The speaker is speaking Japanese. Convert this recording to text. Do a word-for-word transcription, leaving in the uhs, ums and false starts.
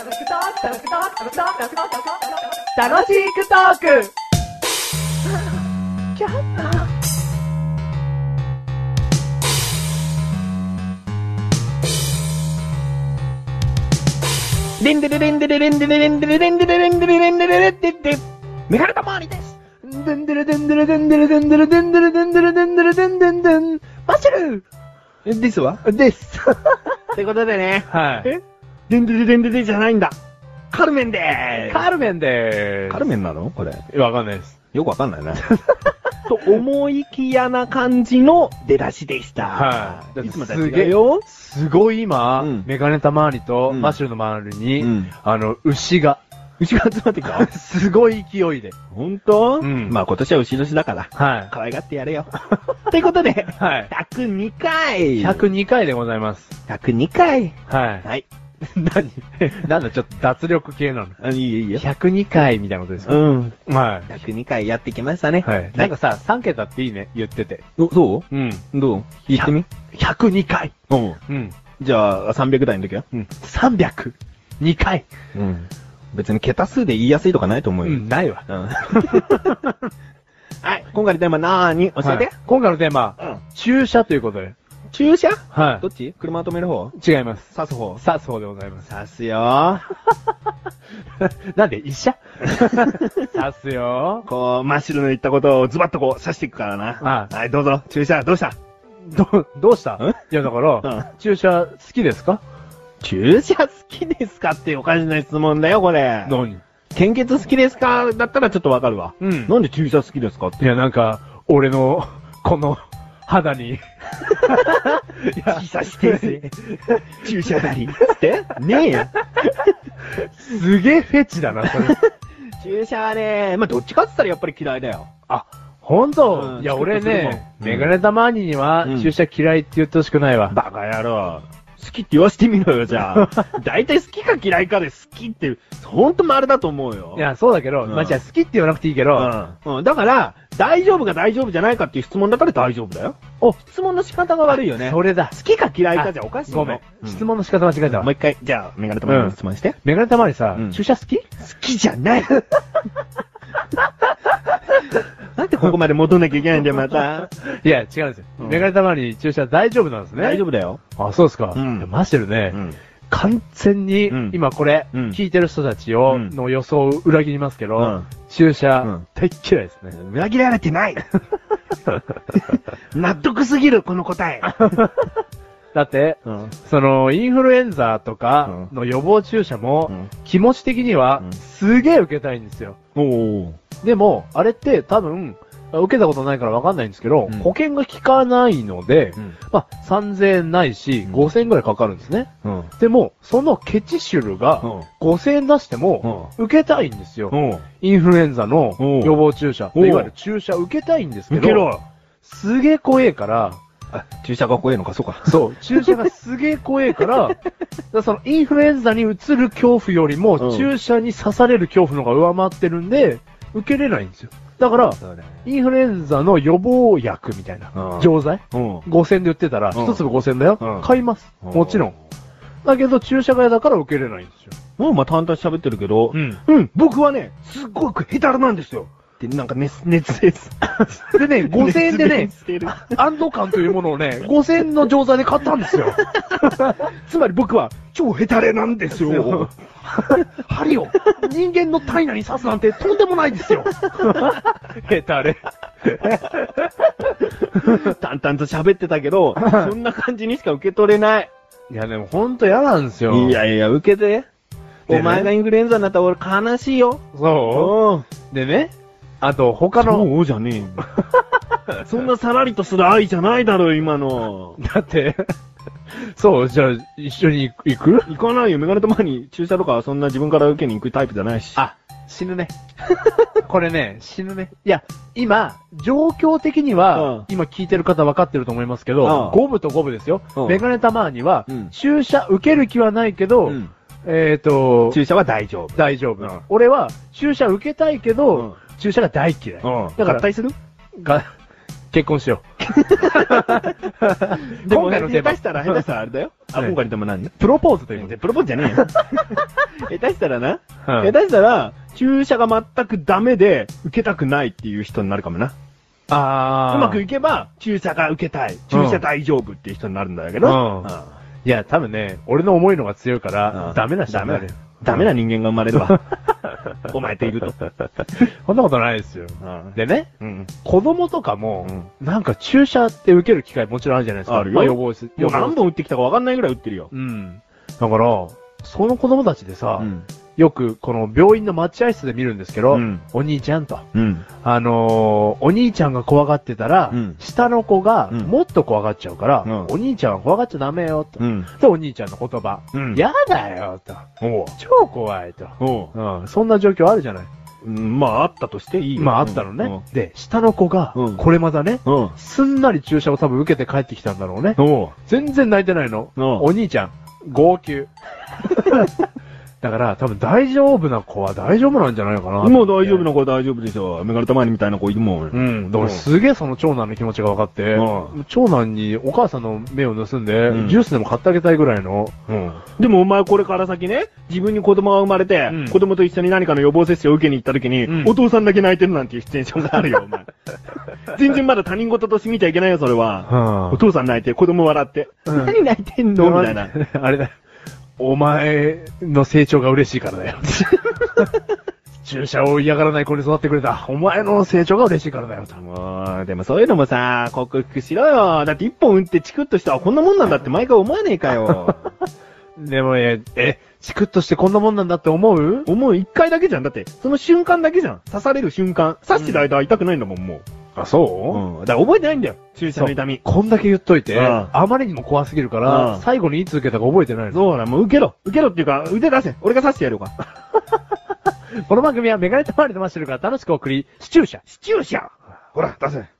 楽しくトークレンデレレンデレレンデレレンデレレンデレレンデレレンデレレンデレメガネたまわりです。デンデレデンデレデンデレデンデレデンデレデンデレデンデレデンデンデンマッシュルですわです。ってことでね。 はい。 えデンデレデンデレじゃないんだ。カルメンでーす。 カルメンでーす。 カルメンなのこれ。 わかんないです。 よくわかんないな。と思いきやな感じの出だしでした。 はい。 いつもと違うよ。 すごい今、 うん、 メガネた周りと、 うん、 マッシュルの周りに、 うん、 あの、牛が、 牛が集まってきたすごい勢いで。 ほんと？ うん。 まあ今年は牛年だから。 はい。 可愛がってやれよ。ということで、 はい。 ひゃくにかい。 ひゃくにかいでございます。 ひゃくにかい。 はい。 はい。 何なんだ、ちょっと脱力系なの。 あ、いいよいいよ。 ひゃくにかいみたいなことですか？ うん。 はい。 ひゃくにかいやってきましたね。 はい。なんかさ、さんけたっていいね、言ってて。 お、そううん。 どう言ってみ ? ひゃくにかい。 うん。 うん。 じゃあ、さんびゃくだいの時はうん。さんびゃくにかい。 うん。別に桁数で言いやすいとかないと思うよ。 うん、ないわ。 うん。はい。今回のテーマなーに教えて、はい、 今回のテーマ、 うん、 駐車ということで。 駐車はい。 どっち車を止める方違います。 刺す方刺す方でございます。 刺すよー。 なんで医者刺すよー。 こう、真っ白の言ったことをズバッとこう刺していくからな。 はい。 はい、どうぞ。駐車、どうしたど、どうしたいや、だから、うん、駐車好きですか？ 駐車好きですかっておかしな質問だよ、これ。 何？ 献血好きですかだったらちょっとわかるわ。 うん。 なんで駐車好きですかって。 いや、なんか、俺の、この、肌に。いや、示唆してぜ。駐車なり。ってねえよ。 すげえフェチだな、それ。 駐車はね、まあ、どっちかって言ったらやっぱり嫌いだよ。 あ、ほんと、 うん、 いや、俺ね、 うん、 メガネたまにには、駐車嫌いって言ってほしくないわ。 バカ野郎。好きって言わせてみろよ、じゃあ。大体好きか嫌いかで好きって、ほんと丸だと思うよ。 いや、そうだけど、うん、まあ、じゃあ好きって言わなくていいけど、 うん。うん。だから、大丈夫か大丈夫じゃないかっていう質問だったら大丈夫だよ。お、質問の仕方が悪いよね。 それだ。 好きか嫌いかじゃおかしいの。 ごめん。うん、質問の仕方間違えたわ。 もう一回、じゃあ、メガネたまに質問して。うん、 メガネたまにさ、うん、駐車好き？ 好きじゃない。なんでここまで戻んなきゃいけないんだよ、また。 いや、違うんですよ。うん、メガネたまに駐車大丈夫なんですね。 大丈夫だよ。 あ、そうですか。 うん。 マジでね、うん、完全に、うん、今これ、うん、聞いてる人たちを、うん、の予想を裏切りますけど、うん、駐車、うん、大嫌いですね。 裏切られてない納得すぎる、この答え。 だって、うん、その、インフルエンザとかの予防注射も、うん、気持ち的には、すげえ受けたいんですよ。 うん、 でも、あれって多分、受けたことないからわかんないんですけど、うん、保険が効かないので、うん、まあ、さんぜんえんないし、ごせんえんぐらいかかるんですね。うん、でも、そのケチシュルが、ごせんえん出しても、受けたいんですよ。うん、インフルエンザの予防注射。いわゆる注射受けたいんですけど、すげえ怖えから、 あ、注射が怖えのか、そうか。 そう、注射がすげえ怖えから、からそのインフルエンザに移る恐怖よりも、うん、注射に刺される恐怖の方が上回ってるんで、受けれないんですよ。だから、ね、インフルエンザの予防薬みたいな、うん、錠剤、うん、ごせんえんで売ってたら、一、うん、粒ごせんえんだよ、うん。買います。もちろん。だけど、注射が嫌だから受けれないんですよ。 もうまあ淡々喋ってるけど、うん、うん、僕はね、すっごくヘタレなんですよ。ってなんか熱、熱です。 でね、ごせんえんでね、安堵感というものをね、ごせんえんの錠剤で買ったんですよ。 つまり僕は超ヘタレなんですよ。 針を人間の体内に刺すなんてとんでもないですよ。ヘタレ。 淡々と喋ってたけど、そんな感じにしか受け取れない。 いやでもほんと嫌なんですよ。 いやいや、受けて。お前がインフルエンザになったら俺悲しいよ。 そうでね、あと他の。 そうじゃねえ。そんなさらりとする愛じゃないだろ、今の。 だって、そう、じゃあ一緒に行く？ 行かないよ。メガネと前に注射とかそんな自分から受けに行くタイプじゃないし。 あ、死ぬね。これね、死ぬね。いや、今、状況的には、うん、今聞いてる方分かってると思いますけど、五分と五分ですよ。うん、メガネたまには、うん、注射受ける気はないけど、うん、えっと、 注射は大丈夫。 大丈夫。うん、俺は、注射受けたいけど、うん、注射が大嫌い。 うん、だから、合体するが、 結婚しよう。 でも、 今回のテーマ下手したら、下手したらあれだよ。あ、 はい今回のテーマ何？ プロポーズということで。 プロポーズじゃねえよ。下手したらな、 うん下手したら、注射が全くダメで、受けたくないっていう人になるかもな。 あー。 うまくいけば、注射が受けたい。注射大丈夫っていう人になるんだけど。 うんいや、多分ね、俺の思いのが強いかうら、 んダメな人ダメだになるよ。 ダメな人間が生まれるわ。お前といると。 そんなことないですよ。でね、 うん。 子供とかも、なんか注射って受ける機会もちろんあるじゃないですか。 あるよまあ予防す。 もう何本打ってきたか分かんないぐらい打ってるよ。 うん。だから、その子供たちでさ、 うんよくこの病院の待合室で見るんですけど、 うんお兄ちゃんと。 うん。 あのー、お兄ちゃんが怖がってたら、 うん下の子がうんもっと怖がっちゃうから、 うんお兄ちゃんは怖がっちゃダメよ、と。 うん。 で、お兄ちゃんの言葉。 うんやだよ、と。 おう。 超怖いと。 おう。 うん、そんな状況あるじゃない。 うんまあ、あったとしていいよ。 まああったのね。で、下の子がうん、 これまたね、 うん。うん。 すんなり注射を多分受けて帰ってきたんだろうね。 おう。 全然泣いてないの。 うんお兄ちゃん、号泣。だから、多分大丈夫な子は大丈夫なんじゃないかな。 もう大丈夫な子は大丈夫でしょ。メガネたまにみたいな子いるもん。 うん。だからすげえその長男の気持ちが分かって、 うん長男にお母さんの目を盗んで、 うんジュースでも買ってあげたいぐらいの、 うん。でもお前これから先ね、自分に子供が生まれて、 うん子供と一緒に何かの予防接種を受けに行った時に、 うんお父さんだけ泣いてるなんていうシチュエーションがあるよ、お前。全然まだ他人事として見ちゃいけないよ、それは。お父さん泣いて、子供笑って。 うん何泣いてんのみたいな。 あれだよ。お前の成長が嬉しいからだよ。注射を嫌がらない子に育ってくれた。お前の成長が嬉しいからだよと。 もう、でもそういうのもさ、克服しろよ。だって一本打ってチクッとしたらこんなもんなんだって毎回思わねえかよ。 でもえ、え、チクッとしてこんなもんなんだって思う思う一回だけじゃん。だって、その瞬間だけじゃん。刺される瞬間。刺してる間は痛くないんだもん、もう。 あ、そううん。だから覚えてないんだよ。注射の痛み。 こんだけ言っといて、 うんあまりにも怖すぎるかうらん、 最後にいつ受けたか覚えてないの。 そうだ、もう受けろ。受けろっていうか、腕出せ。俺が刺してやるよか。 この番組はメガネとマリでマッシュルが楽しく送り、視聴者。 視聴者ほら、出せ。